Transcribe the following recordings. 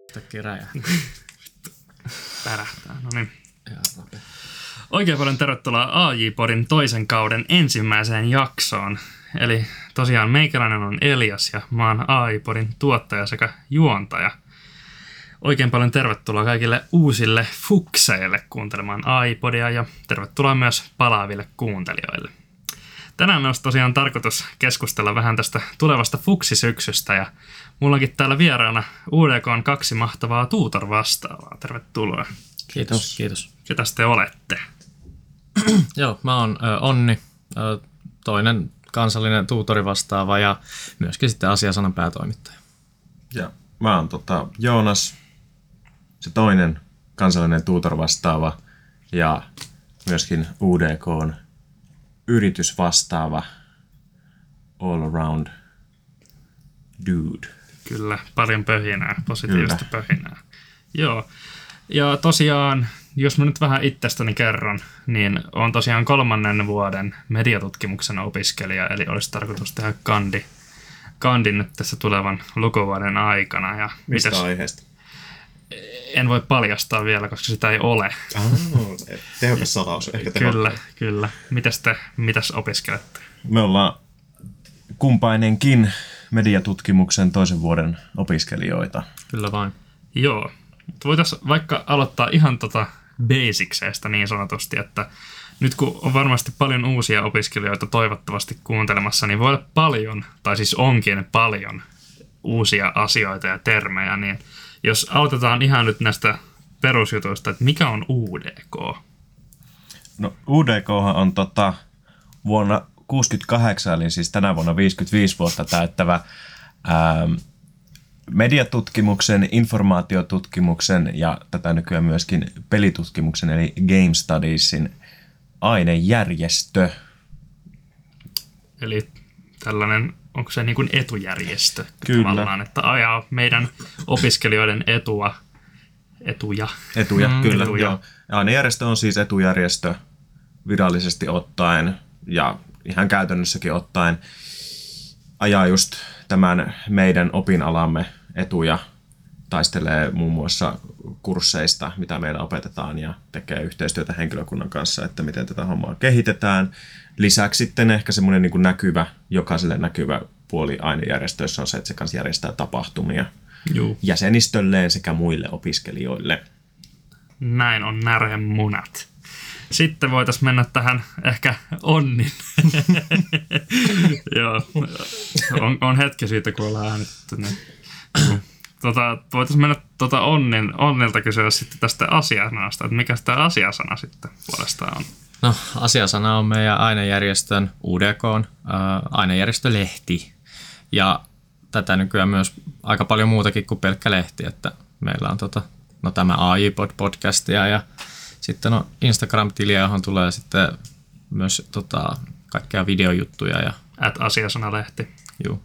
Tökkii räjähtää. Pärähtää, no niin. Oikein paljon tervetuloa AJ-podin toisen kauden ensimmäiseen jaksoon. Eli tosiaan meikäläinen on Elias ja mä oon AJ-podin tuottaja sekä juontaja. Oikein paljon tervetuloa kaikille uusille fukseille kuuntelemaan AJ-podia ja tervetuloa myös palaaville kuuntelijoille. Tänään olisi tosiaan tarkoitus keskustella vähän tästä tulevasta fuksisyksystä ja mulla onkin täällä vieraana UDK:n 2 mahtavaa tutor-vastaavaa. Tervetuloa. Kiitos. Kiitos. Ketäs te olette? Joo, mä oon Onni, toinen kansallinen tuutori vastaava ja myöskin sitten Asiasanan päätoimittaja. Ja mä oon Joonas, se toinen kansallinen tuutor vastaava ja myöskin UDK:n yritysvastaava all around dude. Kyllä, paljon pöhinää, positiivista pöhinää. Joo, ja tosiaan, jos mä nyt vähän itsestäni kerron, niin on tosiaan 3. vuoden mediatutkimuksen opiskelija, eli olisi tarkoitus tehdä kandi nyt tässä tulevan lukuvuoden aikana. Ja mistä aiheesta? En voi paljastaa vielä, koska sitä ei ole. Tehokas salaus, ehkä Kyllä. Mitäs opiskelette? Me ollaan kumpainenkin mediatutkimuksen toisen vuoden opiskelijoita. Kyllä vain. Joo. Voitaisiin vaikka aloittaa ihan basicseista niin sanotusti, että nyt kun on varmasti paljon uusia opiskelijoita toivottavasti kuuntelemassa, niin voi olla paljon, tai siis onkin paljon uusia asioita ja termejä, niin jos aloitetaan ihan nyt näistä perusjutuista, että mikä on UDK? No UDKhan on vuonna 1968, eli siis tänä vuonna 55 vuotta täyttävä mediatutkimuksen, informaatiotutkimuksen ja tätä nykyään myöskin pelitutkimuksen eli Game Studiesin ainejärjestö. Eli tällainen, onko se niin kuin etujärjestö? Kyllä. Tavallaan, että ajaa meidän opiskelijoiden etuja. Kyllä. Etuja. Joo. Ainejärjestö on siis etujärjestö virallisesti ottaen ja ihan käytännössäkin ottaen ajaa just tämän meidän opinalamme etuja, taistelee muun muassa kursseista, mitä meillä opetetaan ja tekee yhteistyötä henkilökunnan kanssa, että miten tätä hommaa kehitetään. Lisäksi sitten ehkä semmoinen niin kuin jokaiselle näkyvä puoli ainejärjestöissä on se, että se kanssa järjestää tapahtumia jäsenistölleen sekä muille opiskelijoille. Näin on närhen munat. Sitten voitaisiin mennä tähän ehkä Onnin. Joo, on hetki siitä, kun ollaan äänitetty. Niin. Voitaisiin mennä Onnilta kysyä sitten tästä asiasanasta, että mikä tämä asiasana sitten puolestaan on? No, Asiasana on meidän ainejärjestön UDK:n ainejärjestölehti. Ja tätä nykyään myös aika paljon muutakin kuin pelkkä lehti, että meillä on tämä AJ-podcastia ja sitten on Instagram-tiliä, johon tulee sitten myös kaikkea videojuttuja. Ja @asiasanalehti. Juu.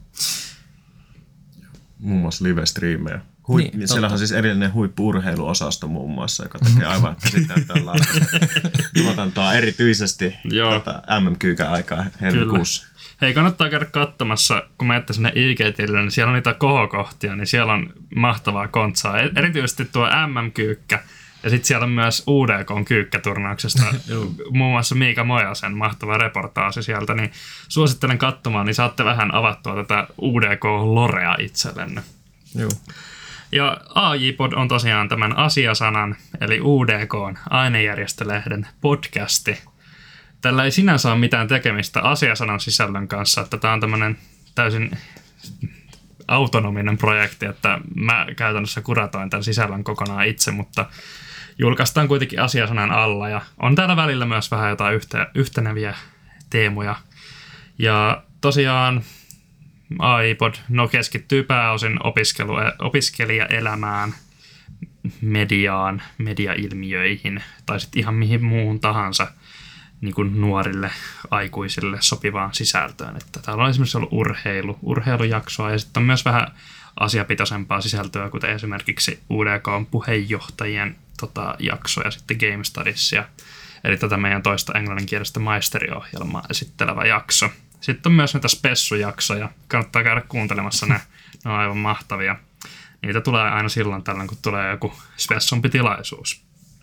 Muun muassa live-striimejä. Siellä on siis erillinen huippu-urheiluosasto muun muassa, joka tekee aivan käsittämätöntä tuotantoa erityisesti MM-kyykän aikaa helmikuussa. Hei, kannattaa käydä katsomassa, kun menette sinne IG-tilille, niin siellä on niitä kohokohtia, niin siellä on mahtavaa kontsaa. Erityisesti tuo MM-kyykkä. Ja sitten siellä on myös UDK:n kyykkäturnauksesta muun muassa Miika Mojasen mahtava reportaasi sieltä, niin suosittelen katsomaan, niin saatte vähän avattua tätä UDK-lorea itsellenne. Joo. Ja AJ-pod on tosiaan tämän asiasanan, eli UDK:n ainejärjestölehden podcasti. Tällä ei sinänsä ole mitään tekemistä asiasanan sisällön kanssa, että tämä on tämmöinen täysin autonominen projekti, että mä käytännössä kuratoin tämän sisällön kokonaan itse, mutta julkaistaan kuitenkin asiasanan alla ja on täällä välillä myös vähän jotain yhteneviä teemoja. Ja tosiaan AJ-pod keskittyy pääosin opiskelijaelämään, mediaan, mediailmiöihin tai sitten ihan mihin muuhun tahansa niin kuin nuorille aikuisille sopivaan sisältöön. Että täällä on esimerkiksi ollut urheilujaksoa ja sitten on myös vähän asiapitoisempaa sisältöä, kuten esimerkiksi UDK:n puheenjohtajien jaksoja, sitten Game Studiesia, eli tätä meidän toista englanninkielistä maisteriohjelmaa esittelevä jakso. Sitten on myös näitä spessujaksoja, kannattaa käydä kuuntelemassa ne on aivan mahtavia. niitä tulee aina silloin tällöin, kun tulee joku spessompi tilaisuus.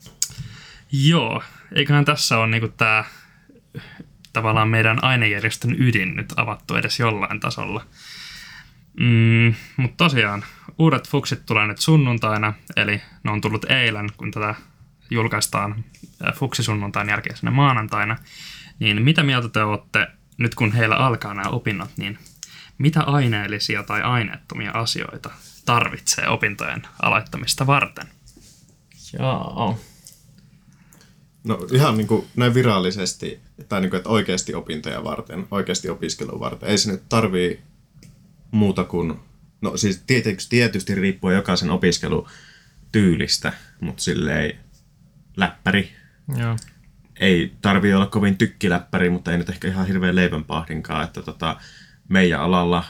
Joo, eiköhän tässä ole niinku tämä tavallaan meidän ainejärjestön ydin nyt avattu edes jollain tasolla. Mutta tosiaan, uudet fuksit tulee nyt sunnuntaina, eli ne on tullut eilen, kun tätä julkaistaan fuksisunnuntain jälkeisenä maanantaina. Niin mitä mieltä te olette, nyt kun heillä alkaa nämä opinnot, niin mitä aineellisia tai aineettomia asioita tarvitsee opintojen aloittamista varten? Joo. No ihan niin kuin näin virallisesti, tai niin kuin, että oikeasti opintoja varten, oikeasti opiskelua varten. Ei se nyt tarvii muuta kuin, no siis tietysti riippuu jokaisen opiskelutyylistä, mutta silleen läppäri. Joo. Ei tarvii olla kovin tykkiläppäri, mutta ei nyt ehkä ihan hirveän leivänpahdinkaan, että meidän alalla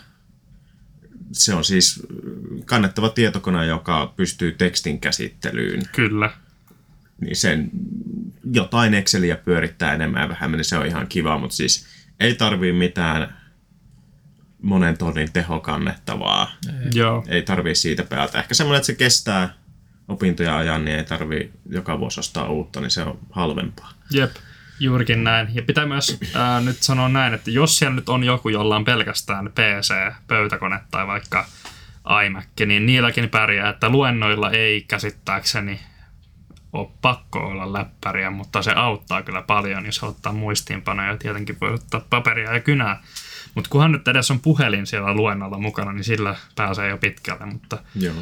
se on siis kannettava tietokone, joka pystyy tekstin käsittelyyn. Kyllä. Niin sen jotain Exceliä pyörittää enemmän ja vähemmän, niin se on ihan kiva, mutta siis ei tarvii mitään monen tonnin tehokannettavaa. Joo. Ei tarvii siitä päältä. Ehkä semmoinen, että se kestää opintoja ajan, niin ei tarvii joka vuosi ostaa uutta, niin se on halvempaa. Jep, juurikin näin. Ja pitää myös nyt sanoa näin, että jos siellä nyt on joku, jolla on pelkästään PC, pöytäkone tai vaikka iMac, niin niilläkin pärjää, että luennoilla ei käsittääkseni ole pakko olla läppäriä, mutta se auttaa kyllä paljon, jos ottaa muistiinpanoja. Tietenkin voi ottaa paperia ja kynää. Mutta kunhan nyt edes on puhelin siellä luennolla mukana, niin sillä pääsee jo pitkälle. Mutta Joo.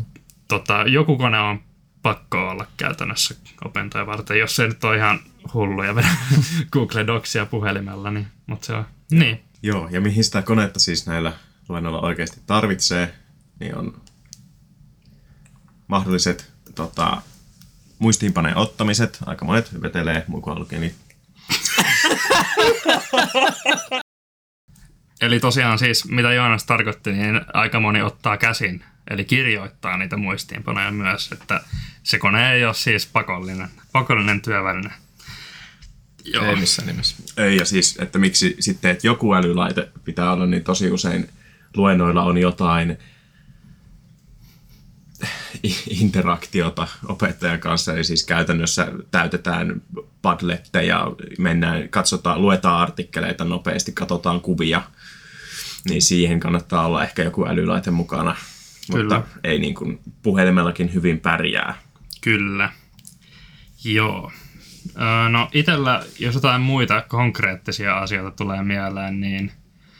joku kone on pakko olla käytännössä opintoja varten, jos se nyt on ihan hullu ja vedä Google Docsia puhelimella, niin, mutta se on niin. Joo, ja mihin sitä konetta siis näillä luennoilla oikeasti tarvitsee, niin on mahdolliset muistiinpaneen ottamiset. Aika monet vetelee mukaan lukien niitä. Eli tosiaan siis, mitä Joonas tarkoitti, niin aika moni ottaa käsin, eli kirjoittaa niitä muistiinpanoja myös, että se kone ei ole siis pakollinen työväline. Joo. Ei missään nimessä. Ei, ja siis, että miksi sitten, että joku älylaite pitää olla, niin tosi usein luennoilla on jotain interaktiota opettajan kanssa, eli siis käytännössä täytetään Padletteja, luetaan artikkeleita nopeasti, katsotaan kuvia, niin siihen kannattaa olla ehkä joku älylaite mukana, Kyllä. Mutta ei niin kuin puhelimellakin hyvin pärjää. Kyllä, joo. No itsellä, jos jotain muita konkreettisia asioita tulee mieleen, niin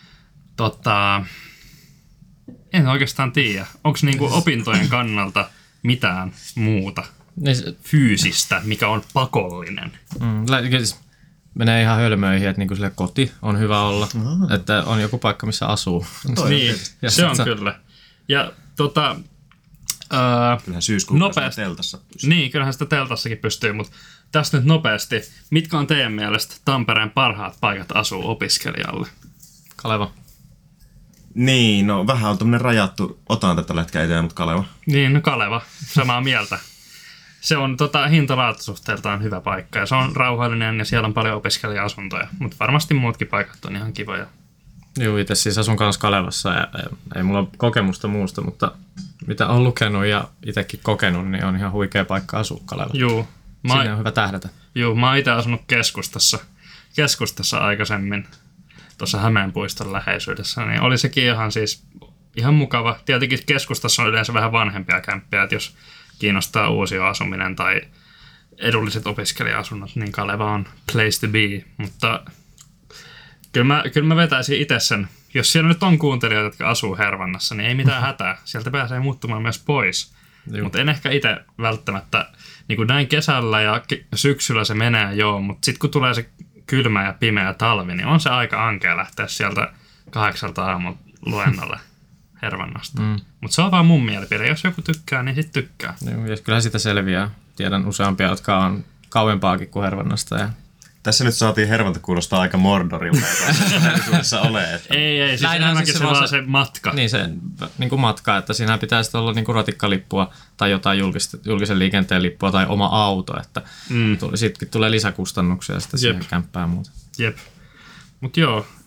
en oikeastaan tiedä. Onko niinku opintojen kannalta mitään muuta fyysistä, mikä on pakollinen? Menee ihan hölmöihin, että niinku sille koti on hyvä olla, että on joku paikka, missä asuu. Niin, se on kyllä. Ja kyllähän syyskuussa teltassa pystyy. Niin, kyllähän sitä teltassakin pystyy, mutta tästä nyt nopeasti. Mitkä on teidän mielestä Tampereen parhaat paikat asuu opiskelijalle? Kaleva. Niin, no vähän on tämmönen rajattu. Otan tätä lätkää eteen, mutta Kaleva. Niin, no Kaleva. Samaa mieltä. Se on hinta-laatusuhteeltaan hyvä paikka ja se on rauhallinen ja siellä on paljon opiskelija-asuntoja. Mutta varmasti muutkin paikat on ihan kivoja. Joo, itse siis asun kanssa Kalevassa ja ei mulla ole kokemusta muusta, mutta mitä on lukenut ja itsekin kokenut, niin on ihan huikea paikka asua Kaleva. Joo. Sinne on hyvä tähdätä. Joo, mä oon itse asunut keskustassa aikaisemmin, tuossa Hämeenpuiston läheisyydessä, niin oli sekin ihan mukava. Tietenkin keskustassa on yleensä vähän vanhempia kämppiä, että jos kiinnostaa uusioasuminen tai edulliset opiskelija-asunnot, niin Kaleva on place to be, mutta kyllä mä vetäisin itse sen. Jos siellä nyt on kuuntelijoita, jotka asuu Hervannassa, niin ei mitään hätää. Sieltä pääsee muuttumaan myös pois. Mutta en ehkä itse välttämättä, niin kuin näin kesällä ja syksyllä se menee joo, mutta sitten kun tulee se kylmä ja pimeä talvi, niin on se aika ankea lähteä sieltä 8 aamulla luennolle Hervannasta. Mutta se on vaan mun mielipide. Jos joku tykkää, niin sitten tykkää. Joo, ja kyllähän sitä selviää. Tiedän useampia, jotka on kauempaakin kuin Hervannasta. Ja tässä nyt saatiin Hervanta kuulostaa aika Mordorilta, joka ole. Että ei, siis enemmänkin se vaan se matka. Niin se niin kuin matka, että siinä pitäisi olla niin kuin ratikkalippua tai jotain julkisen liikenteen lippua tai oma auto, että sittenkin tulee lisäkustannuksia sitten siihen kämppään muuta. Jep. Mutta joo,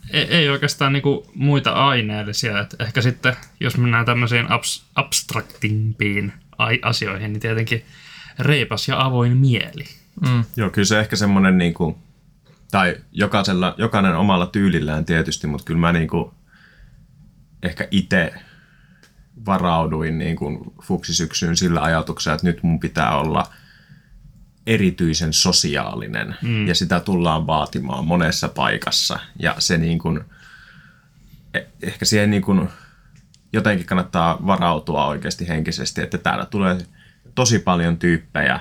ei oikeastaan niinku muita aineellisia. Et ehkä sitten, jos mennään tämmöisiin abstraktimpiin asioihin, niin tietenkin reipas ja avoin mieli. Joo, kyllä se ehkä semmoinen, niinku, tai jokainen omalla tyylillään tietysti, mutta kyllä mä niinku, ehkä itse varauduin niinku fuksisyksyyn sillä ajatuksella, että nyt mun pitää olla erityisen sosiaalinen ja sitä tullaan vaatimaan monessa paikassa ja se niin kuin, ehkä siihen niin kuin jotenkin kannattaa varautua oikeasti henkisesti, että täällä tulee tosi paljon tyyppejä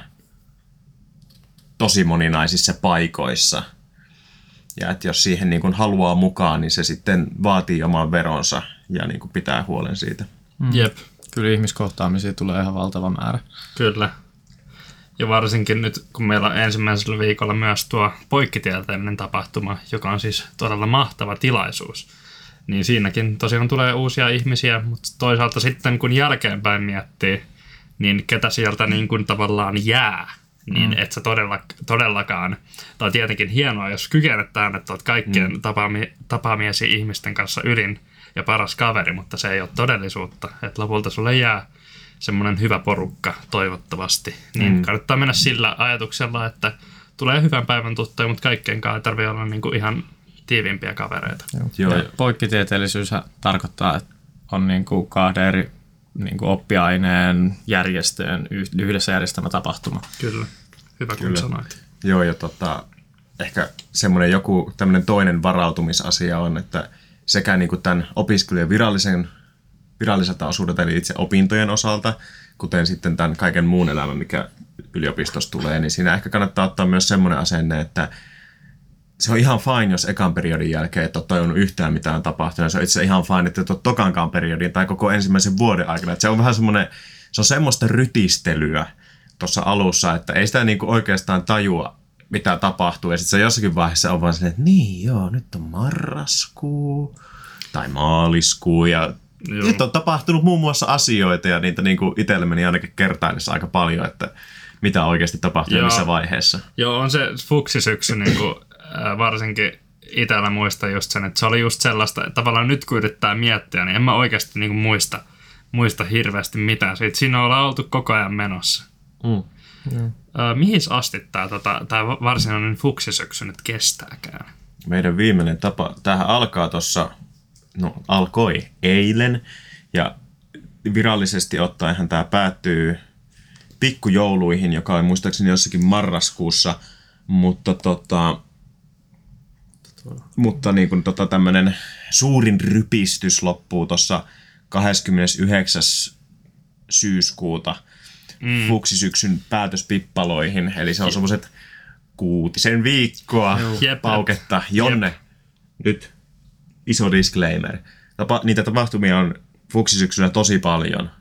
tosi moninaisissa paikoissa ja että jos siihen niin kuin haluaa mukaan, niin se sitten vaatii oman veronsa ja niin kuin pitää huolen siitä. Jep. Kyllä ihmiskohtaamisia tulee ihan valtava määrä. Kyllä. Ja varsinkin nyt, kun meillä on ensimmäisellä viikolla myös tuo poikkitieteellinen tapahtuma, joka on siis todella mahtava tilaisuus, niin siinäkin tosiaan tulee uusia ihmisiä, mutta toisaalta sitten kun jälkeenpäin miettii, niin ketä sieltä niin kuin tavallaan jää, niin et sä todellakaan, tai tietenkin hienoa, jos kykenet tähän, että olet kaikkien tapaamiesi ihmisten kanssa ylin ja paras kaveri, mutta se ei ole todellisuutta, että lopulta sulle jää semmoinen hyvä porukka toivottavasti, niin kannattaa mennä sillä ajatuksella, että tulee hyvän päivän tuttuja, mutta kaikkeenkaan ei tarvitse olla niinku ihan tiiviimpiä kavereita. Joo. Ja poikkitieteellisyys tarkoittaa, että on niinku kahden eri niinku oppiaineen järjestöjen yhdessä järjestämä tapahtuma. Kyllä, hyvä kun sanoit. Joo, ja ehkä semmoinen joku tämmöinen toinen varautumisasia on, että sekä niinku tämän opiskelijan viralliselta osuudelta, eli itse opintojen osalta, kuten sitten tämän kaiken muun elämän, mikä yliopistossa tulee, niin siinä ehkä kannattaa ottaa myös semmoinen asenne, että se on ihan fine, jos ekan periodin jälkeen et ole tajunnut yhtään mitään tapahtunut. Se on itse ihan fine, että et ole tokankaan periodin tai koko ensimmäisen vuoden aikana. Että se on vähän semmoinen, se on semmoista rytistelyä tuossa alussa, että ei sitä niinku oikeastaan tajua, mitä tapahtuu. Ja sitten se jossakin vaiheessa on vaan silleen, että niin joo, nyt on marraskuu tai maaliskuu ja nyt on tapahtunut muun muassa asioita ja niitä niinku itselle meni ainakin kertailissa aika paljon, että mitä oikeasti tapahtuu ja missä vaiheessa. Joo, on se fuksisyksy niinku, varsinkin itsellä muista just sen, että se oli just sellaista, että tavallaan nyt kun yrittää miettiä, niin en mä oikeasti niinku muista hirveästi mitään siitä. Siinä ollaan oltu koko ajan menossa. Mihin asti tämä varsinainen fuksisyksy nyt kestääkään? Meidän viimeinen tapa, tämähän alkaa tuossa, alkoi eilen ja virallisesti ottaenhan tämä päättyy pikkujouluihin, joka on muistaakseni jossakin marraskuussa, mutta niin kuin tämmöinen suurin rypistys loppuu tuossa 29. syyskuuta fuksisyksyn päätöspippaloihin, eli se on semmoiset 6 viikkoa pauketta, jonne nyt iso disclaimer. Niitä tapahtumia on fuksisyksyllä tosi paljon.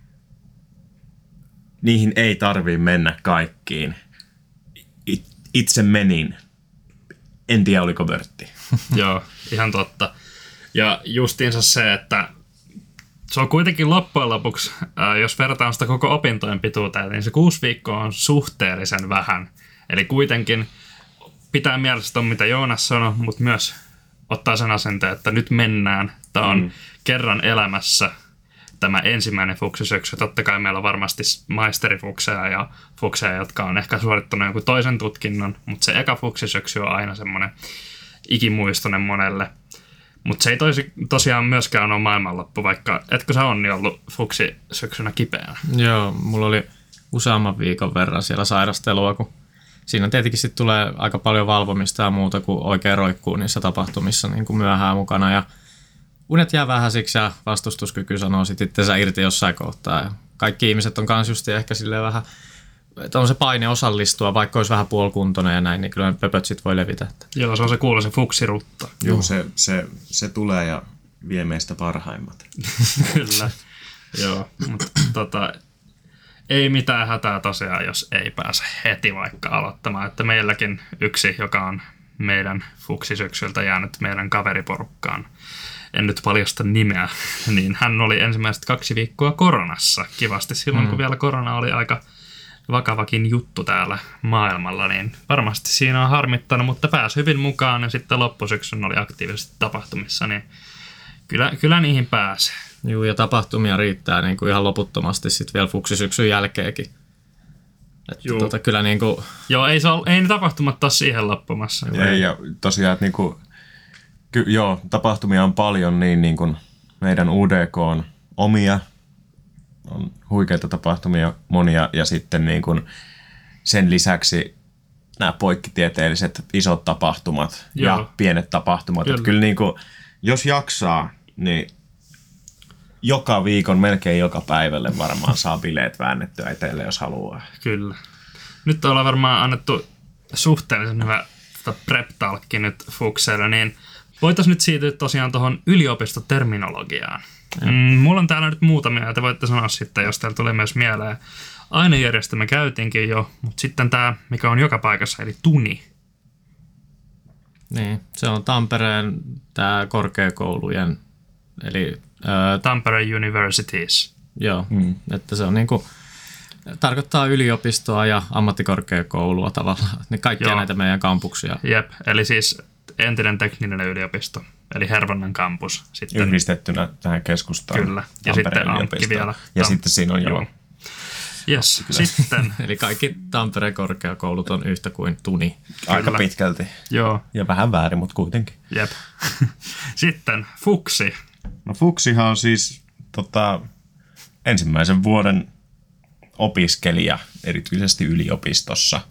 Niihin ei tarvii mennä kaikkiin. Itse menin. En tiedä, oliko vörtti. Joo, ihan totta. Ja justiinsa se, että se on kuitenkin loppujen lopuksi, jos verrataan sitä koko opintojen pituuteen, niin se 6 viikkoa on suhteellisen vähän. Eli kuitenkin pitää mielessä ton, mitä Joonas sanoi, mutta myös ottaa sen asenteen, että nyt mennään. Tämä on kerran elämässä tämä ensimmäinen fuksisyksy. Totta kai meillä on varmasti maisterifukseja ja fukseja, jotka on ehkä suorittanut jonkun toisen tutkinnon, mutta se eka fuksisyksy on aina semmoinen ikimuistoinen monelle. Mutta se ei tosiaan myöskään ole maailmanloppu, vaikka etkö sä Onni ollut fuksisyksynä kipeänä? Joo, mulla oli useamman viikon verran siellä sairastelua, kun siinä tietenkin sitten tulee aika paljon valvomista ja muuta kuin oikein roikkuu niissä tapahtumissa niin kuin myöhään mukana. Ja unet jää vähäisiksi ja vastustuskyky sanoo sitten itsensä irti jossain kohtaa. Ja kaikki ihmiset on kans just ehkä silleen vähän, että on se paine osallistua, vaikka olisi vähän puolikuntoinen ja näin, niin kyllä pöpöt sit voi levitä. Joo, se on se kuuluisa fuksirutta. Joo, se tulee ja vie meistä parhaimmat. Kyllä, joo, mutta ei mitään hätää tosiaan, jos ei pääse heti vaikka aloittamaan. Että meilläkin yksi, joka on meidän fuksisyksyltä jäänyt meidän kaveriporukkaan, en nyt paljasta nimeä, niin hän oli ensimmäiset 2 viikkoa koronassa kivasti silloin, kun vielä korona oli aika vakavakin juttu täällä maailmalla, niin varmasti siinä on harmittanut, mutta pääsi hyvin mukaan ja sitten loppusyksyn oli aktiivisesti tapahtumissa, niin kyllä niihin pääsee. Joo, ja tapahtumia riittää niin kuin ihan loputtomasti sitten vielä fuksisyksyn jälkeenkin. Että kyllä niin kuin... Joo, ei ne tapahtumat ole siihen loppumassa. Ei, ja tosiaan, että niinku, tapahtumia on paljon, niin kuin meidän UDK on omia, on huikeita tapahtumia monia, ja sitten niin kuin sen lisäksi nämä poikkitieteelliset isot tapahtumat ja pienet tapahtumat. Kyllä. Että kyllä niin kuin, jos jaksaa, niin joka viikon, melkein joka päivälle varmaan saa bileet väännettyä eteelle, jos haluaa. Kyllä. Nyt ollaan varmaan annettu suhteellisen hyvä prep-talkki nyt Fukseille, niin voitaisiin nyt siirtyä tosiaan tuohon yliopistoterminologiaan. Mulla on täällä nyt muutamia, ja te voitte sanoa sitten, jos teillä tulee myös mieleen. Ainejärjestö me käytiinkin jo, mutta sitten tämä, mikä on joka paikassa, eli TUNI. Niin, se on Tampereen tämä korkeakoulujen, eli... Tampere Universities. Joo, että se on niinku... Tarkoittaa yliopistoa ja ammattikorkeakoulua tavallaan, niin kaikkia näitä meidän kampuksia. Jep, eli siis entinen tekninen yliopisto, eli Hervannan kampus. Sitten, yhdistettynä tähän keskustaan. Kyllä, ja sitten AMKki vielä. Ja sitten siinä on Yes, sitten. Eli kaikki Tampereen korkeakoulut on yhtä kuin TUNI. Aika pitkälti. Joo. Ja vähän väärin, mutta kuitenkin. Jep. Sitten Fuksi. No Fuksihan on siis ensimmäisen vuoden opiskelija, erityisesti yliopistossa.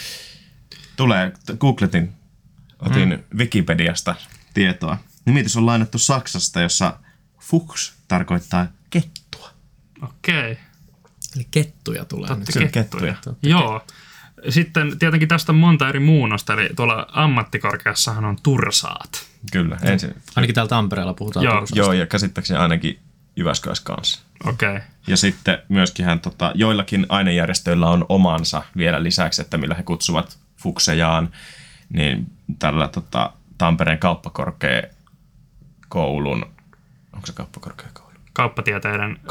Otin Wikipediasta tietoa. Nimitys on lainattu Saksasta, jossa Fuchs tarkoittaa kettua. Okei. Eli kettuja tulee. Kettuja. Joo. Sitten tietenkin tästä on monta eri muunnosta, eli tuolla ammattikorkeassahan on tursaat. Kyllä. Ainakin täällä Tampereella puhutaan tursaasta. Joo, ja käsittääkseni ainakin Jyväskylässä kanssa. Okei. Ja sitten myöskin joillakin ainejärjestöillä on omansa vielä lisäksi, että millä he kutsuvat fuksejaan, niin tällä Tampereen kauppakorkeakoulun, onko se kauppakorkeakoulu? Kauppatieteiden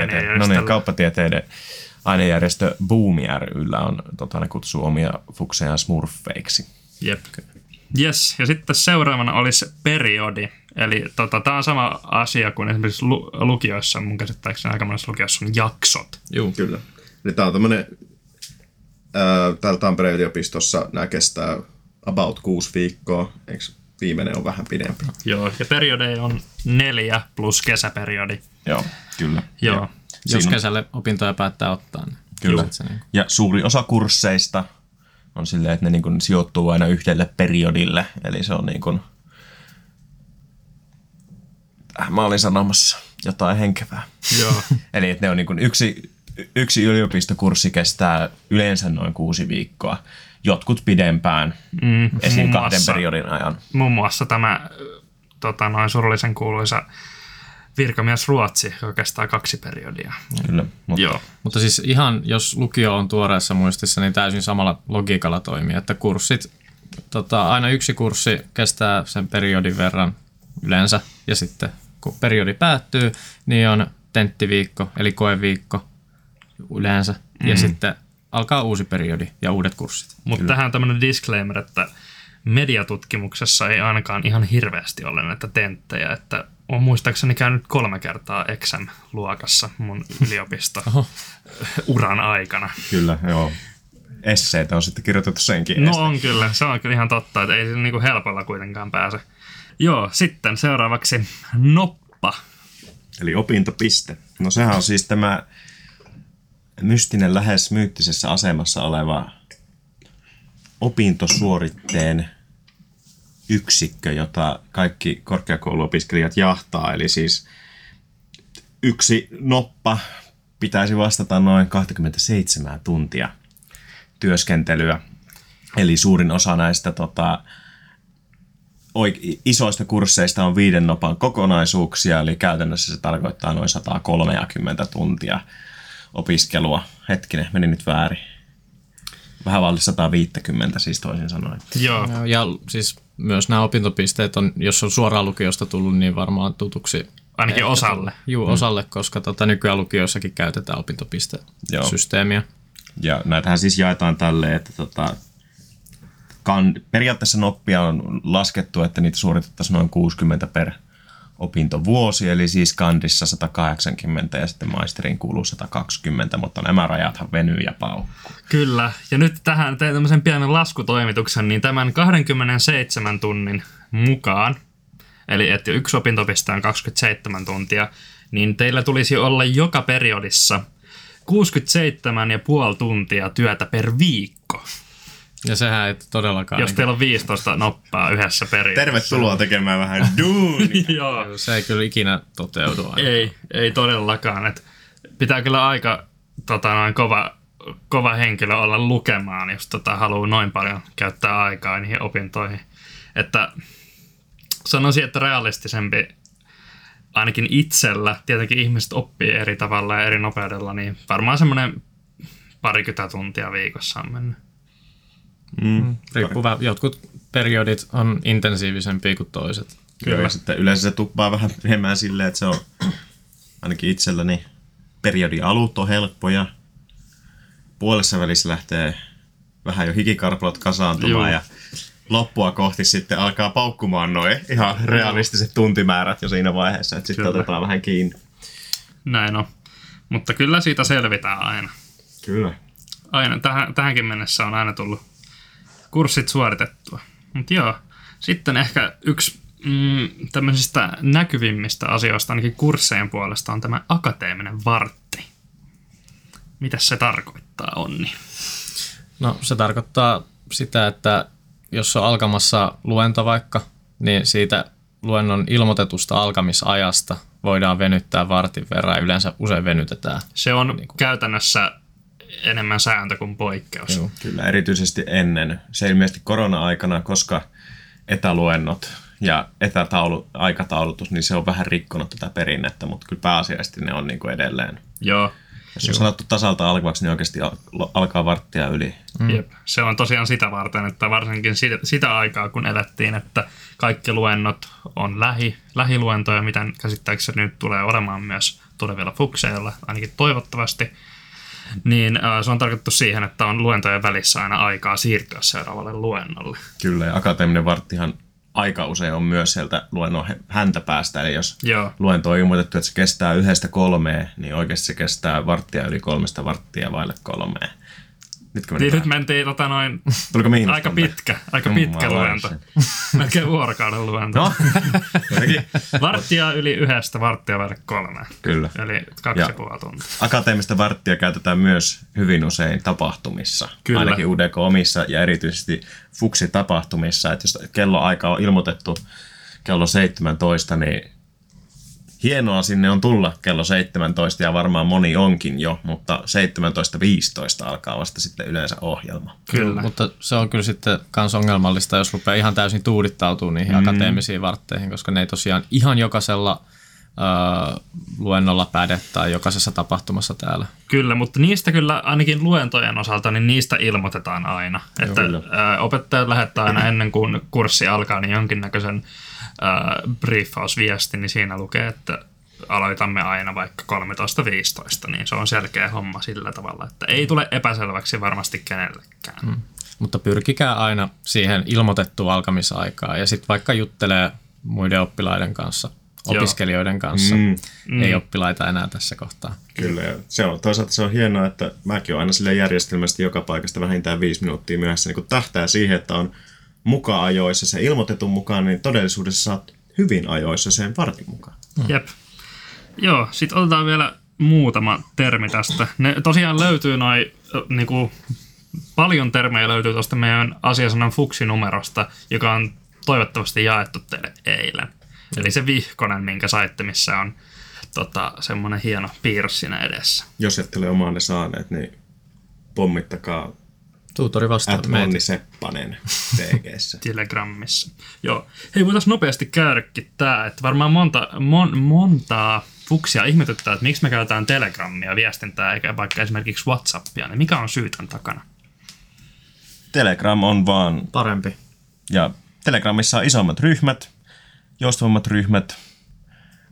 ainejärjestö Boom ry:llä on, ne kutsuu omia fuksejaan smurfeiksi. Jep. Yes, ja sitten seuraavana olisi periodi. Eli tämä on sama asia kuin esimerkiksi lukioissa, mun käsittääkseni aika monessa lukiossa on jaksot. Joo, kyllä. Eli tämä on tämmöinen, täällä Tampereen yliopistossa nämä kestää about 6 viikkoa, eikö viimeinen on vähän pidempi? Joo, ja periodeja on 4 plus kesäperiodi. Joo, kyllä. Joo. Jos kesälle opintoja päättää ottaa. Niin kyllä. Ja suuri osa kursseista on silleen, että ne niin kuin sijoittuu aina yhdelle periodille, eli se on niin kuin, mä olin sanomassa jotain henkevää. Joo. Eli että ne on niin kuin yksi yliopistokurssi kestää yleensä noin 6 viikkoa, jotkut pidempään, esim. 2 periodin ajan. Muun muassa tämä noin surullisen kuuluisa virkamies Ruotsi, joka kestää 2 periodia. Kyllä. Mutta siis ihan, jos lukio on tuoreessa muistissa, niin täysin samalla logiikalla toimii, että kurssit, aina yksi kurssi kestää sen periodin verran yleensä, ja sitten kun periodi päättyy, niin on tenttiviikko, eli koeviikko yleensä, ja sitten alkaa uusi periodi ja uudet kurssit. Mutta tähän on tämmöinen disclaimer, että mediatutkimuksessa ei ainakaan ihan hirveästi ole näitä tenttejä, että olen muistaakseni käynyt 3 kertaa exam-luokassa mun yliopisto-uran aikana. Kyllä, joo. Esseitä on sitten kirjoitettu senkin. No on kyllä, se on kyllä ihan totta, että ei niinku helpolla kuitenkaan pääse. Joo, sitten seuraavaksi noppa. Eli opintopiste. No sehän on siis tämä mystinen, lähes myyttisessä asemassa oleva opintosuoritteen yksikkö, jota kaikki korkeakouluopiskelijat jahtaa. Eli siis yksi noppa pitäisi vastata noin 27 tuntia työskentelyä. Eli suurin osa näistä isoista kursseista on 5 nopan kokonaisuuksia, eli käytännössä se tarkoittaa noin 130 tuntia opiskelua. Hetkinen, meni nyt väärin. Vähän vaille 150 siis toisin sanoen. Joo. Ja siis myös nämä opintopisteet on, jos on suoraan lukiosta tullut, niin varmaan tutuksi. Ainakin osalle. Osalle, koska nykyään lukioissakin käytetään opintopistesysteemiä. Ja näitähän siis jaetaan tälleen, että periaatteessa noppia on laskettu, että niitä suoritettaisiin noin 60 per opintovuosi, eli siis kandissa 180 ja sitten maisterin kuuluu 120, mutta nämä rajathan venyy ja paukkuu. Kyllä, ja nyt tähän tein tämmöisen pienen laskutoimituksen, niin tämän 27 tunnin mukaan, eli että yksi opintopiste on 27 tuntia, niin teillä tulisi olla joka periodissa 67,5 tuntia työtä per viikko. Ja sehän ei todellakaan... Jos teillä on 15 noppaa yhdessä periodissa. Tervetuloa tekemään vähän duunia. Joo. Se ei kyllä ikinä toteudu. Ei todellakaan. Et pitää kyllä aika kova henkilö olla lukemaan, jos haluaa noin paljon käyttää aikaa niihin opintoihin. Että sanoisin, että realistisempi ainakin itsellä, tietenkin ihmiset oppii eri tavalla ja eri nopeudella, niin varmaan semmoinen 20 tuntia viikossa on mennyt. Riippuu jotkut periodit on intensiivisempiä kuin toiset. Kyllä. Ja sitten yleensä se tuppaa vähän menemään silleen, että se on ainakin itselläni periodin alut on helppoja. Puolessa välissä lähtee vähän jo hikikarpalot kasaantumaan ja loppua kohti sitten alkaa paukkumaan noin ihan realistiset tuntimäärät jo siinä vaiheessa, että sitten otetaan vähän kiinni. Näin on. Mutta kyllä siitä selvitään aina. Kyllä. Aina. Tähänkin mennessä on aina tullut kurssit suoritettua. Mutta joo, sitten ehkä yksi tämmöisistä näkyvimmistä asioista, ainakin kurssien puolesta, on tämä akateeminen vartti. Mitäs se tarkoittaa, Onni? No se tarkoittaa sitä, että jos on alkamassa luento vaikka, niin siitä luennon ilmoitetusta alkamisajasta voidaan venyttää vartin verran ja yleensä usein venytetään. Se on käytännössä enemmän sääntö kuin poikkeus. Joo, kyllä, erityisesti ennen. Se ilmeisesti korona-aikana, koska etäluennot ja aikataulutus, niin se on vähän rikkonut tätä perinnettä, mutta kyllä pääasiallisesti ne on niin kuin edelleen. Joo. Jos on sanottu tasalta alkuvaksi, niin oikeasti alkaa varttia yli. Jep. Se on tosiaan sitä varten, että varsinkin sitä aikaa, kun elettiin, että kaikki luennot on lähiluentoja, mitä käsittääkseni nyt tulee olemaan myös tulevilla fukseilla, ainakin toivottavasti. Niin se on tarkoitettu siihen, että on luentojen välissä aina aikaa siirtyä seuraavalle luennolle. Kyllä, ja akateeminen varttihan aika usein on myös sieltä luennon häntäpäästä. Eli jos luento on ilmoitettu, että se kestää 1–3, niin oikeasti se kestää varttia yli 3 varttia vaille 3. Nyt mentiin aika pitkä luento. Melkein vuorokauden luento. No, varttia yli 1 varttia vaille 3. Kyllä. Eli 2,5 tuntia. Akateemista varttia käytetään myös hyvin usein tapahtumissa. Kyllä. Ainakin UDK-omissa ja erityisesti fuksitapahtumissa. Että jos kelloaika on ilmoitettu kello 17, niin hienoa sinne on tulla kello 17 ja varmaan moni onkin jo, mutta 17:15 alkaa vasta sitten yleensä ohjelma. Kyllä. Mutta se on kyllä sitten kans ongelmallista, jos rupeaa ihan täysin tuudittautua niihin akateemisiin vartteihin, koska ne ei tosiaan ihan jokaisella luennolla päde tai jokaisessa tapahtumassa täällä. Kyllä, mutta niistä kyllä ainakin luentojen osalta, niin niistä ilmoitetaan aina. Joo, että opettajat lähettää aina ennen kuin kurssi alkaa, niin jonkinnäköisen briefausviesti, niin siinä lukee, että aloitamme aina vaikka 13:15, niin se on selkeä homma sillä tavalla, että ei tule epäselväksi varmasti kenellekään. Mutta pyrkikää aina siihen ilmoitettuun alkamisaikaan ja sitten vaikka juttelee muiden oppilaiden kanssa, opiskelijoiden kanssa, ei oppilaita enää tässä kohtaa. Kyllä, ja toisaalta se on hienoa, että mäkin olen aina silleen järjestelmästi joka paikasta vähintään 5 minuuttia myöhässä, niin kun tähtää siihen, että on mukaan ajoissa se ilmoitetun mukaan, niin todellisuudessa saat hyvin ajoissa sen vartin mukaan. Jep. Joo, sitten otetaan vielä muutama termi tästä. Ne tosiaan löytyy paljon termejä löytyy tuosta meidän asiasanan fuksinumerosta, joka on toivottavasti jaettu teille eilen. Eli se vihkonen, minkä saitte, missä on semmoinen hieno piirros siinä edessä. Jos ette ole omaanne saaneet, niin pommittakaa Tuutori vastaa Onni Seppanen TG:ssä. Telegramissa. Joo. Hei, voitaisiin nopeasti käydäkin tää, että varmaan montaa fuksia ihmetyttää, että miksi me käytetään Telegramia viestintää eikä vaikka esimerkiksi WhatsAppia, niin mikä on syy tämän takana? Telegram on vaan parempi. Ja Telegramissa on isommat ryhmät, joustavammat ryhmät,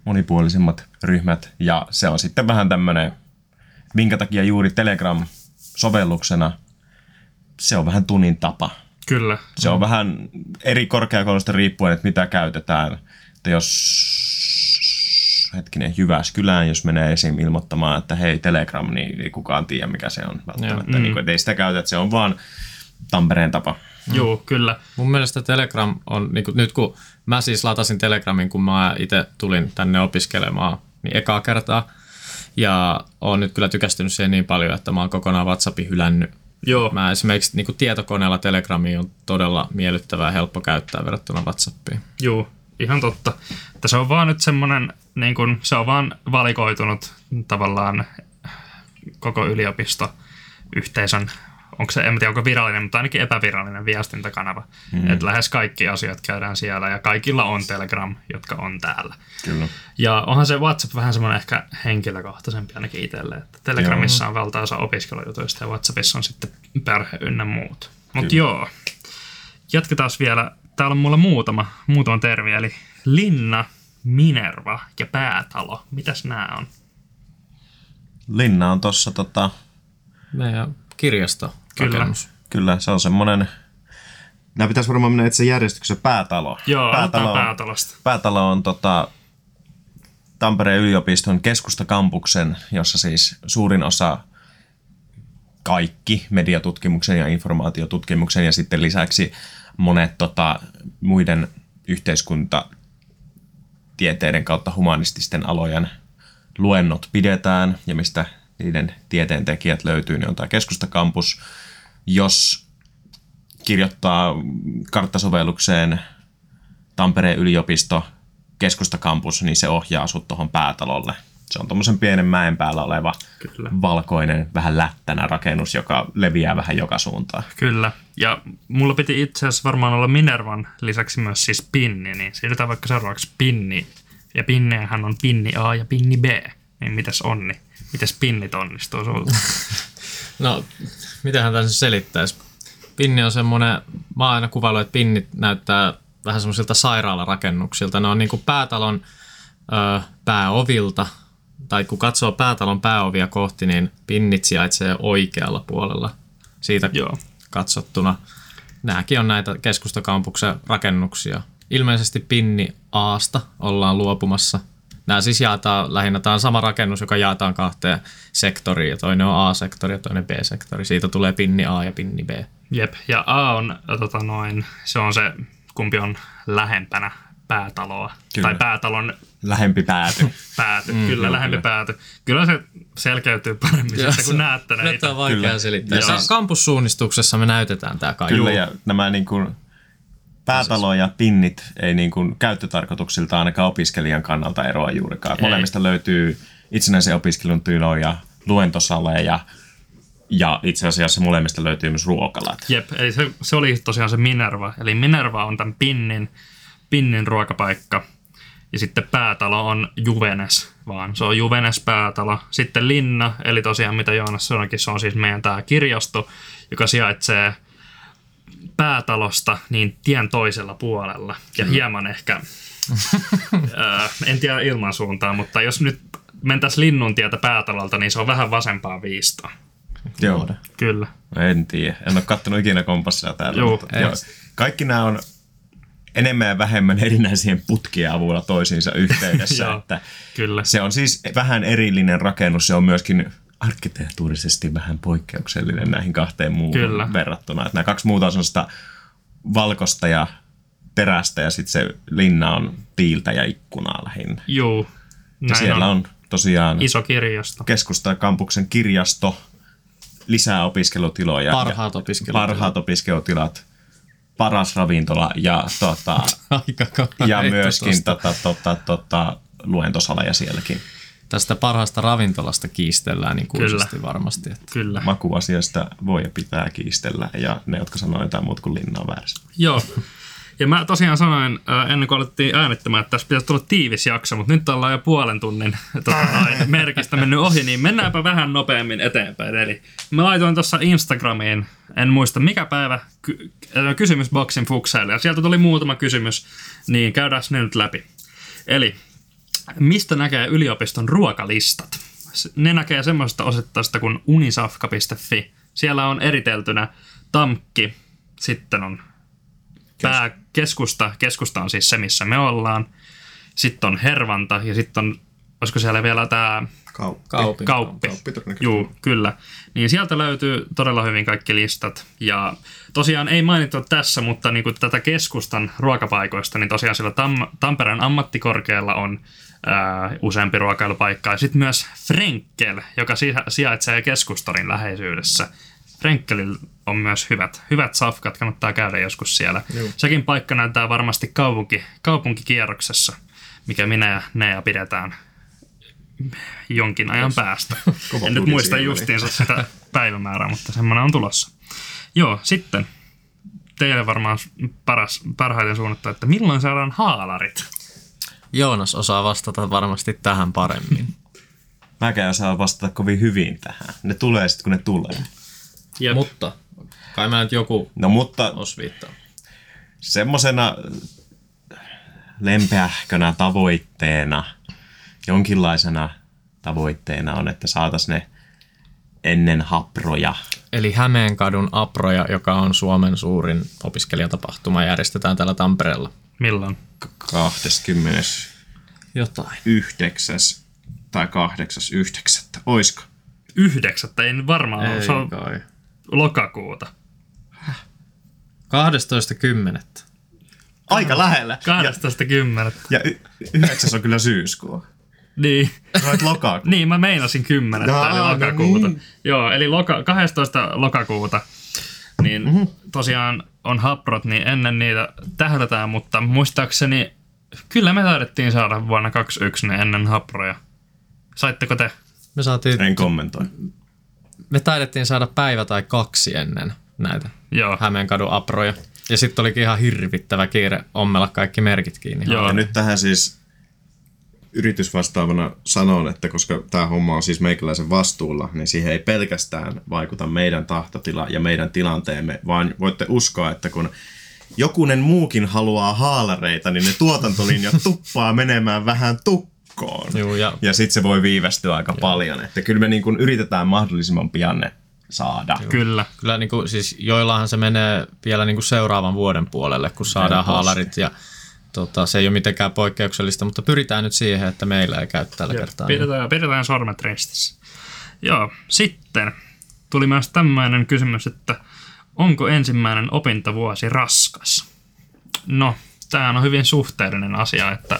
monipuolisemmat ryhmät ja se on sitten vähän tämmöinen, minkä takia juuri Telegram sovelluksena, se on vähän tunnin tapa. Kyllä. Se on vähän eri korkeakoulusta riippuen, että mitä käytetään. Että jos Jyväskylään, jos menee esim. Ilmoittamaan, että hei Telegram, niin ei kukaan tiedä mikä se on välttämättä. Niin kuin, että ei sitä käytä, että se on vaan Tampereen tapa. Joo, kyllä. Mun mielestä Telegram on, niin kuin, nyt kun mä siis latasin Telegramin, kun mä itse tulin tänne opiskelemaan, niin ekaa kertaa. Ja oon nyt kyllä tykästynyt siihen niin paljon, että mä oon kokonaan WhatsAppin hylännyt. Joo. Mä esimerkiksi niin kuin tietokoneella Telegramia on todella miellyttävää ja helppo käyttää verrattuna WhatsAppiin. Joo, ihan totta. Että se on vaan nyt semmoinen, niin kun, se on vaan valikoitunut tavallaan koko yliopistoyhteisön, onko se, en tiedä onko virallinen, mutta ainakin epävirallinen viestintäkanava. Että lähes kaikki asiat käydään siellä ja kaikilla on Telegram, jotka on täällä. Kyllä. Ja onhan se WhatsApp vähän semmoinen ehkä henkilökohtaisempi ainakin itselle, että Telegramissa on valtaosa opiskelujutuista ja WhatsAppissa on sitten perhe ynnä muut. Mutta joo, jatketaan vielä. Täällä on mulla muutama termi, eli linna, Minerva ja päätalo. Mitäs nämä on? Linna on tossa Meidän kirjasto. Kyllä, se on semmoinen. Nämä pitäisi varmaan mennä itse järjestyksen päätalo. Joo, aloitetaan päätalosta. Päätalo on Tampereen yliopiston keskustakampuksen, jossa siis suurin osa kaikki mediatutkimuksen ja informaatiotutkimuksen ja sitten lisäksi monet muiden yhteiskuntatieteiden kautta humanististen alojen luennot pidetään ja mistä niiden tieteentekijät löytyy, niin on tämä keskustakampus. Jos kirjoittaa karttasovellukseen Tampereen yliopisto keskustakampus, niin se ohjaa sut tuohon päätalolle. Se on tuommoisen pienen mäen päällä oleva valkoinen, vähän lättänä rakennus, joka leviää vähän joka suuntaan. Kyllä, ja mulla piti itse asiassa varmaan olla Minervan lisäksi myös siis pinni, niin siirrytään vaikka seuraavaksi pinni. Ja pinneähän on pinni A ja pinni B. Niin mitäs Onni? Mitäs pinnit onnistuu sulta? No, mitähän tämän selittäisi? Pinni on semmoinen, mä oon aina kuvaillut, että pinnit näyttää vähän semmoisilta sairaalarakennuksilta. Ne on niin kuin päätalon pääovilta, tai kun katsoo päätalon pääovia kohti, niin pinnit sijaitsee oikealla puolella siitä katsottuna. Nämäkin on näitä keskustakampuksen rakennuksia. Ilmeisesti pinni A:sta ollaan luopumassa. Nämä siis jaetaan lähinnä, tämä on sama rakennus, joka jaetaan kahteen sektoriin, ja toinen on A-sektori ja toinen B-sektori. Siitä tulee pinni A ja pinni B. Jep, ja A on, se on se, kumpi on lähempänä päätaloa. Kyllä. Tai päätalon lähempi pääty. Kyllä, lähempi pääty. Kyllä se selkeytyy paremmin sitten, kun näette näitä. Nyt on vaikea selittää. Kampussuunnistuksessa me näytetään tämä kaikki. Kyllä, ja nämä niin kuin päätalo ja pinnit ei niin kuin käyttötarkoituksilta ainakaan opiskelijan kannalta eroa juurikaan. Molemmista löytyy itsenäisen opiskelun tiloja, luentosaleja ja itse asiassa molemmista löytyy myös ruokalat. Jep, eli se oli tosiaan se Minerva. Eli Minerva on tämän pinnin ruokapaikka. Ja sitten päätalo on Juvenes, vaan se on Juvenes päätalo. Sitten Linna, eli tosiaan mitä Joonas sanoikin, se on siis meidän tämä kirjasto, joka sijaitsee päätalosta niin tien toisella puolella. Ja hieman ehkä, en tiedä ilmansuuntaan, mutta jos nyt mentäisiin Linnuntietä päätalolta, niin se on vähän vasempaa viistoa. Joo. Kyllä. En tiedä. En ole kattonut ikinä kompassia täällä. Joo. Kaikki nämä on enemmän ja vähemmän erinäisien putkien avulla toisiinsa yhteydessä. Että kyllä. Se on siis vähän erillinen rakennus. Se on myöskin arkkitehtuurisesti vähän poikkeuksellinen näihin kahteen muuhun verrattuna. Että nämä kaksi muuta on sellaista valkoista ja terästä ja sitten se linna on tiiltä ja ikkunaa lähinnä. Joo. Ja siellä on tosiaan iso kirjasto. Keskustakampuksen kirjasto, lisää opiskelutiloja. Parhaat opiskelutilat. Paras ravintola ja, ja myöskin luentosaleja sielläkin. Tästä parhaasta ravintolasta kiistellään niin kuisesti varmasti. Että. Kyllä. Makuasiasta voi ja pitää kiistellä ja ne, jotka sanoo jotain muuta kuin linna on väärässä. Joo. Ja mä tosiaan sanoin ennen kuin alettiin äänittämään, että tässä pitäisi tulla tiivis jakso, mutta nyt ollaan jo puolen tunnin merkistä mennyt ohi, niin mennäänpä vähän nopeammin eteenpäin. Eli mä laitoin tuossa Instagramiin, en muista mikä päivä, kysymysboksin fukseille, ja sieltä tuli muutama kysymys, niin käydään ne nyt läpi. Eli mistä näkee yliopiston ruokalistat? Ne näkee semmoisesta osoitteesta kuin unisafka.fi, Siellä on eriteltynä Tampki, sitten on pääkeskusta. Keskusta on siis se, missä me ollaan. Sitten on Hervanta ja sitten on, olisiko siellä vielä tämä Kauppi. Juu, kyllä. Niin sieltä löytyy todella hyvin kaikki listat. Ja tosiaan ei mainittu tässä, mutta niin kuin tätä keskustan ruokapaikoista, niin tosiaan siellä Tampereen ammattikorkealla on useampi ruokailupaikka. Ja sitten myös Frenkel, joka sijaitsee keskustorin läheisyydessä. Frenkelillä on myös hyvät safkat, kannattaa käydä joskus siellä. Juu. Sekin paikka näyttää varmasti kaupunkikierroksessa, mikä minä ja Nea pidetään jonkin ajan päästä. En nyt muista justiinsa sitä päivämäärää, mutta semmoinen on tulossa. Joo, sitten teille varmaan parhaiten suunnattaa, että milloin saadaan haalarit? Joonas osaa vastata varmasti tähän paremmin. Mäkään osaa vastata kovin hyvin tähän. Ne tulee sitten, kun ne tulee. Jep. Mutta kai mä nyt joku osviittaa. Semmosena lempeähkönä tavoitteena, jonkinlaisena tavoitteena on, että saataisiin ne ennen haproja. Eli Hämeenkadun aproja, joka on Suomen suurin opiskelijatapahtuma, järjestetään täällä Tampereella. Milloin? 20. Jotain. 9. tai 8.9. Oisko? 9. Ei varmaan ole. Se on kai. Lokakuuta. 12.10. Aika lähellä. 12.10. Ja 9. on kyllä syyskuu. Niin. Sanoit lokakuuta. Niin, mä meinasin 10. eli lokakuuta. Niin. Joo, eli 12. lokakuuta. Niin tosiaan on haprot, niin ennen niitä tähdätään, mutta muistaakseni kyllä me taidettiin saada vuonna 2021 ne ennen haproja. Saitteko te? En kommentoi. Me taidettiin saada päivä tai 2 ennen näitä Joo. Hämeenkadun aproja. Ja sitten olikin ihan hirvittävä kiire ommella kaikki merkit kiinni. Joo. Ja nyt tähän siis yritysvastaavana sanon, että koska tämä homma on siis meikäläisen vastuulla, niin siihen ei pelkästään vaikuta meidän tahtotila ja meidän tilanteemme, vaan voitte uskoa, että kun jokunen muukin haluaa haalareita, niin ne tuotantolinjat tuppaa menemään vähän tukkoon. Juu, ja sitten se voi viivästyä aika paljon. Että kyllä me niin kuin yritetään mahdollisimman pian ne saada. Joo. Kyllä niin kuin, siis joillahan se menee vielä niin kuin seuraavan vuoden puolelle, kun saadaan haalarit ja se ei ole mitenkään poikkeuksellista, mutta pyritään nyt siihen, että meillä ei käy tällä kertaa. Pidetään sormet ristissä. Joo, sitten tuli myös tämmöinen kysymys, että onko ensimmäinen opintovuosi raskas? No, tämähän on hyvin suhteellinen asia, että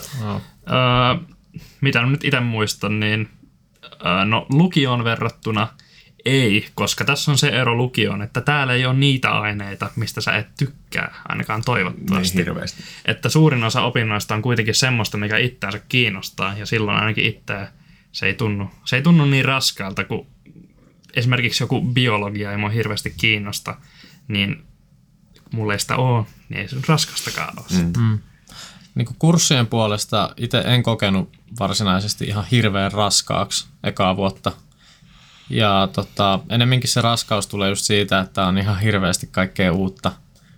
mitä nyt itse muistan, niin lukioon verrattuna ei, koska tässä on se ero lukioon, että täällä ei ole niitä aineita, mistä sä et tykkää, ainakaan toivottavasti. Niin hirveästi. Että suurin osa opinnoista on kuitenkin semmoista, mikä itseänsä kiinnostaa, ja silloin ainakin itseä se ei tunnu niin raskaalta, kuin esimerkiksi joku biologia ei mua hirveästi kiinnosta, niin mulla ei sitä ole, niin ei se raskastakaan ole. Niin kuin kurssien puolesta itse en kokenut varsinaisesti ihan hirveän raskaaksi ekaa vuotta. Ja enemmänkin se raskaus tulee just siitä, että on ihan hirveästi kaikkea uutta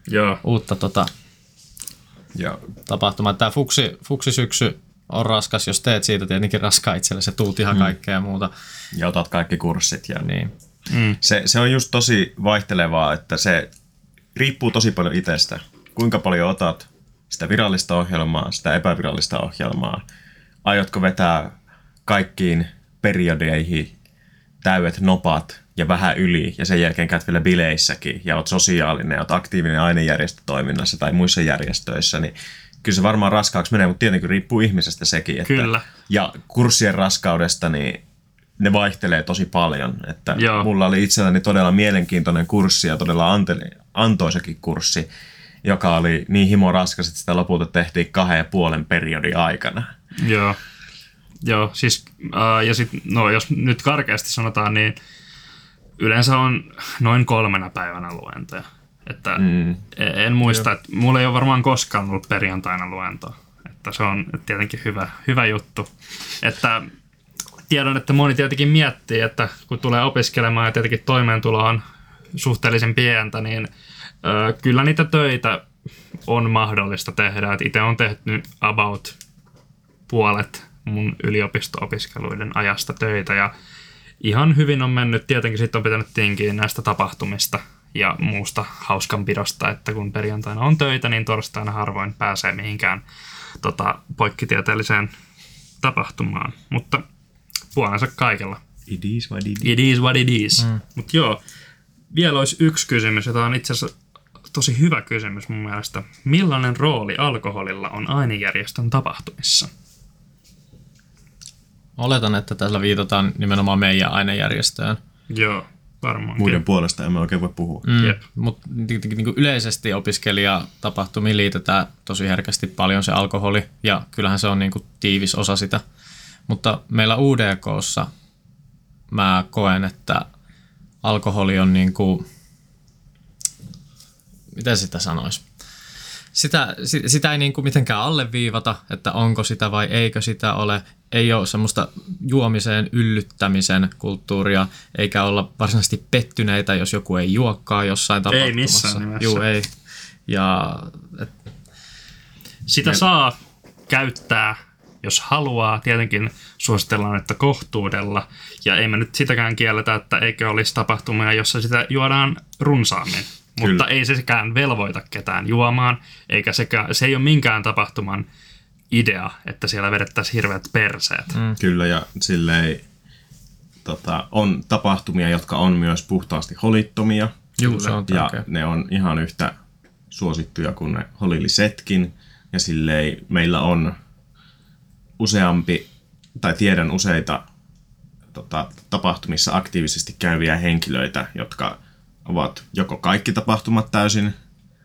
tapahtumaa. Tämä fuksisyksy on raskas, jos teet siitä tietenkin raskaa itsellesi, tuut ihan kaikkea muuta. Ja otat kaikki kurssit. Ja niin. Se on just tosi vaihtelevaa, että se riippuu tosi paljon itsestä. Kuinka paljon otat sitä virallista ohjelmaa, sitä epävirallista ohjelmaa. Aiotko vetää kaikkiin periodeihin täydet nopat ja vähän yli, ja sen jälkeen käyt vielä bileissäkin, ja oot sosiaalinen, ja oot aktiivinen ainejärjestötoiminnassa tai muissa järjestöissä, niin kyllä se varmaan raskaaksi menee, mutta tietenkin riippuu ihmisestä sekin. Että, kyllä. Ja kurssien raskaudesta, niin ne vaihtelee tosi paljon. Että mulla oli itselläni todella mielenkiintoinen kurssi, ja todella antoisakin kurssi, joka oli niin himoraskas, että sitä lopulta tehtiin 2,5 periodin aikana. Joo, siis ja sit, jos nyt karkeasti sanotaan, niin yleensä on noin 3 päivänä luentoja. Että en muista, että mulla ei ole varmaan koskaan ollut perjantaina luentoa. Että se on tietenkin hyvä juttu. Että tiedän, että moni tietenkin miettii, että kun tulee opiskelemaan ja tietenkin toimeentulo on suhteellisen pientä, niin kyllä niitä töitä on mahdollista tehdä. Et itse olen tehnyt about puolet mun yliopisto-opiskeluiden ajasta töitä ja ihan hyvin on mennyt. Tietenkin sitten on pitänyt tinkiä näistä tapahtumista ja muusta hauskanpidosta, että kun perjantaina on töitä, niin torstaina harvoin pääsee mihinkään poikkitieteelliseen tapahtumaan. Mutta puolensa kaikella. It is what it is. It is what it is. Mutta joo, vielä olisi yksi kysymys, jota on itse asiassa tosi hyvä kysymys mun mielestä. Millainen rooli alkoholilla on ainejärjestön tapahtumissa? Oletan, että tällä viitataan nimenomaan meidän ainejärjestöön. Joo, varmaankin. Muiden puolesta emme oikein voi puhua. Mutta niin yleisesti opiskelijatapahtumiin liitetään tosi herkästi paljon se alkoholi, ja kyllähän se on niin kuin tiivis osa sitä. Mutta meillä UDK:ssa mä koen, että alkoholi on niin kuin, miten sitä sanoisi? Sitä ei niin kuin mitenkään alleviivata, että onko sitä vai eikö sitä ole. Ei ole semmoista juomiseen yllyttämisen kulttuuria, eikä olla varsinaisesti pettyneitä, jos joku ei juokkaa jossain tapahtumassa. Ei missään nimessä. Juu, ei. Ja, sitä saa käyttää, jos haluaa. Tietenkin suositellaan, että kohtuudella. Ja ei me nyt sitäkään kielletä, että eikö olisi tapahtumia, jossa sitä juodaan runsaammin. Mutta ei se sekään velvoita ketään juomaan, eikä se ei ole minkään tapahtuman idea, että siellä vedettäisiin hirveät perseet. Kyllä, ja silleen on tapahtumia, jotka on myös puhtaasti holittomia. Juu, se on ja tärkeä. ne on ihan yhtä suosittuja kuin ne holillisetkin. Ja silleen meillä on useampi, tai tiedän useita tapahtumissa aktiivisesti käyviä henkilöitä, jotka ovat joko kaikki tapahtumat täysin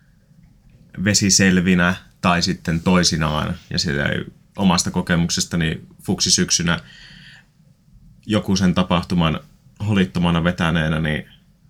vesiselvinä tai sitten toisinaan. Ja silleen omasta kokemuksestani fuksisyksynä joku sen tapahtuman holittomana vetäneenä, niin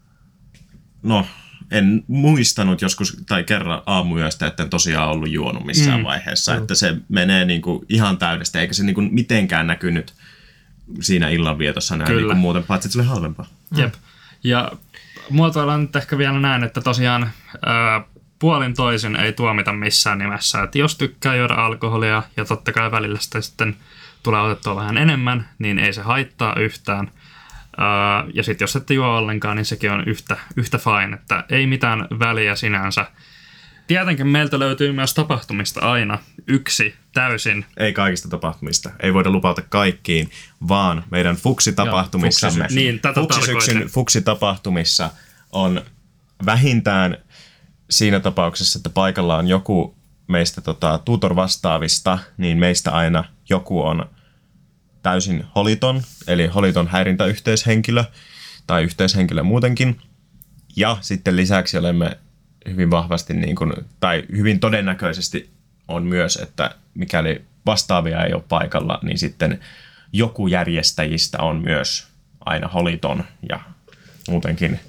no, en muistanut joskus tai kerran aamuyöstä, että en tosiaan ollut juonut missään vaiheessa. Että se menee niinku ihan täydestä, eikä se niinku mitenkään näkynyt siinä illanvietossa näin niinku muuten, paitsi että se oli halvempaa. Jep. Ja muotoillaan nyt ehkä vielä näin, että tosiaan puolin toisin ei tuomita missään nimessä. Että jos tykkää juoda alkoholia ja totta kai välillä sitä sitten tulee otettua vähän enemmän, niin ei se haittaa yhtään. Ja sitten jos ette juo ollenkaan, niin sekin on yhtä fine, että ei mitään väliä sinänsä. Tietenkin meiltä löytyy myös tapahtumista aina yksi täysin. Ei kaikista tapahtumista. Ei voida lupauta kaikkiin, vaan meidän fuksitapahtumissamme. Niin, tätä Fuksisyksyn fuksitapahtumissa on vähintään siinä tapauksessa, että paikalla on joku meistä tutor-vastaavista, niin meistä aina joku on täysin holiton, eli holiton häirintäyhteyshenkilö tai yhteyshenkilö muutenkin. Ja sitten lisäksi olemme hyvin vahvasti, tai hyvin todennäköisesti on myös, että mikäli vastaavia ei ole paikalla, niin sitten joku järjestäjistä on myös aina holiton ja muutenkin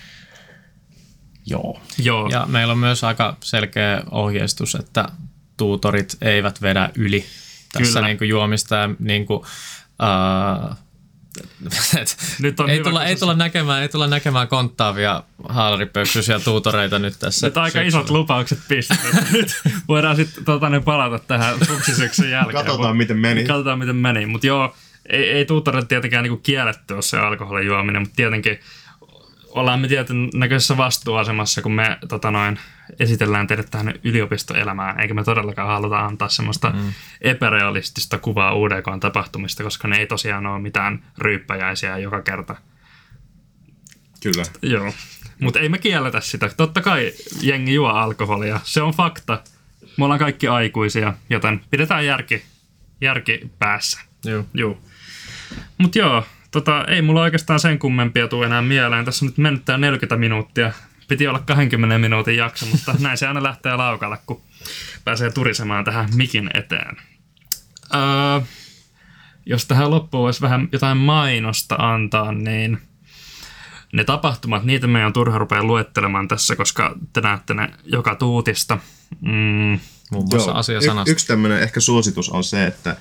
joo. Ja meillä on myös aika selkeä ohjeistus, että tuutorit eivät vedä yli tässä niin kuin juomista ja niin kuin, nyt on ei tulla näkemään konttaavia haalaripöksyisiä tuutoreita nyt tässä. Nyt aika isot lupaukset pistetään. Nyt voidaan sitten palata tähän fuksisyksyn jälkeen. Katsotaan miten meni. Mutta joo, ei tuutoreita tietenkään niinku kielletty ole se alkoholin juominen, mutta tietenkin ollaan me tietyn näköisessä vastuuasemassa, kun me esitellään teidät tähän yliopistoelämään, eikä me todellakaan haluta antaa semmoista epärealistista kuvaa UDK:n tapahtumista, koska ne ei tosiaan ole mitään ryyppäjäisiä joka kerta. Kyllä. Joo, mutta ei me kielletä sitä. Totta kai jengi juo alkoholia, se on fakta. Me ollaan kaikki aikuisia, joten pidetään järki päässä. Joo. Mutta joo, ei mulla oikeastaan sen kummempia tule enää mieleen. Tässä on nyt mennyt tää 40 minuuttia. Piti olla 20 minuutin jakso, mutta näin se aina lähtee laukalle, kun pääsee turisemaan tähän mikin eteen. Jos tähän loppuun voisi vähän jotain mainosta antaa, niin ne tapahtumat, niitä meidän on turha rupea luettelemaan tässä, koska te näette ne joka tuutista. Muun muassa asiasanasta. Yksi tämmöinen ehkä suositus on se, että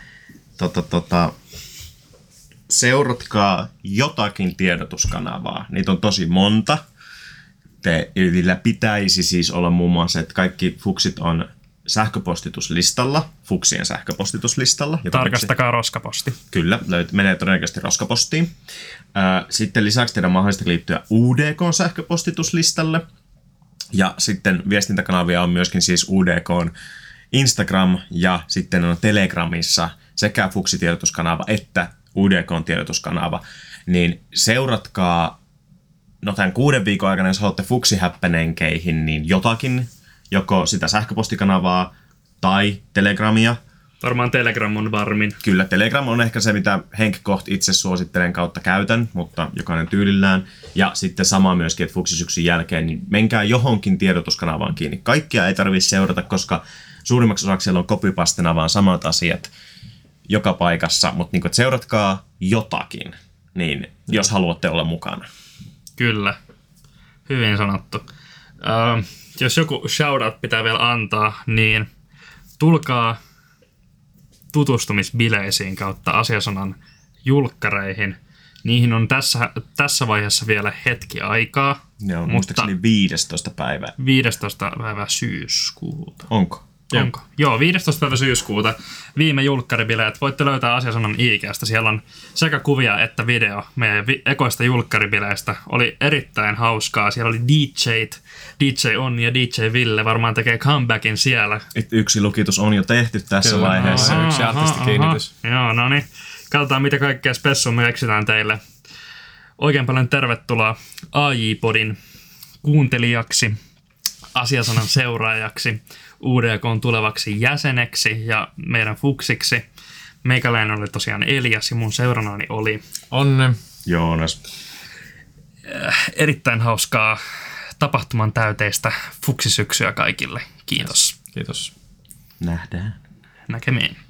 seuratkaa jotakin tiedotuskanavaa. Niitä on tosi monta. Teillä pitäisi siis olla muun muassa, että kaikki fuksit on sähköpostituslistalla, Fuksien sähköpostituslistalla. Tarkastakaa roskaposti. Kyllä, menee todennäköisesti roskapostiin. Sitten lisäksi teidän on mahdollista liittyä UDK-sähköpostituslistalle. Ja sitten viestintäkanavia on myöskin siis UDK:n Instagram ja sitten on Telegramissa sekä Fuksi-tiedotuskanava että UDK:n tiedotuskanava. Niin seuratkaa, tämän 6 viikon aikana, jos haluatte Fuksi-häppänenkeihin, niin jotakin, joko sitä sähköpostikanavaa tai Telegramia. Varmaan Telegram on varmin. Kyllä, Telegram on ehkä se, mitä henkkoht itse suosittelen kautta käytän, mutta jokainen tyylillään. Ja sitten sama myöskin, että Fuksi-syksyn jälkeen, niin menkää johonkin tiedotuskanavaan kiinni. Kaikkia ei tarvitse seurata, koska suurimmaksi osaksi siellä on copypastena vaan samat asiat joka paikassa, mutta niin, seuratkaa jotakin, niin jos haluatte olla mukana. Kyllä, hyvin sanottu. Jos joku shoutout pitää vielä antaa, niin tulkaa tutustumisbileisiin kautta Asiasanan julkkareihin. Niihin on tässä vaiheessa vielä hetki aikaa. Joo, muistaakseni 15. päivä. 15. päivä syyskuuta. Onko? Onko? Joo, 15. päivä syyskuuta viime julkkaribileet. Voitte löytää Asiasanan IG:stä. Siellä on sekä kuvia että video meidän ekoista julkkaribileistä. Oli erittäin hauskaa. Siellä oli DJ On ja DJ Ville varmaan tekee comebackin siellä. Yksi lukitus on jo tehty tässä Kyllä, vaiheessa. Yksi artistikiinnitys. Joo, no niin. Katsotaan, mitä kaikkea spessua me keksitään teille. Oikein paljon tervetuloa AJ-podin kuuntelijaksi, Asiasanan seuraajaksi, UDK:n tulevaksi jäseneksi ja meidän fuksiksi. Meikäläinen oli tosiaan Elias ja mun seuranaani oli Onne. Joonas. Erittäin hauskaa tapahtuman täyteistä fuksisyksyä kaikille. Kiitos. Kiitos. Nähdään. Näkemiin.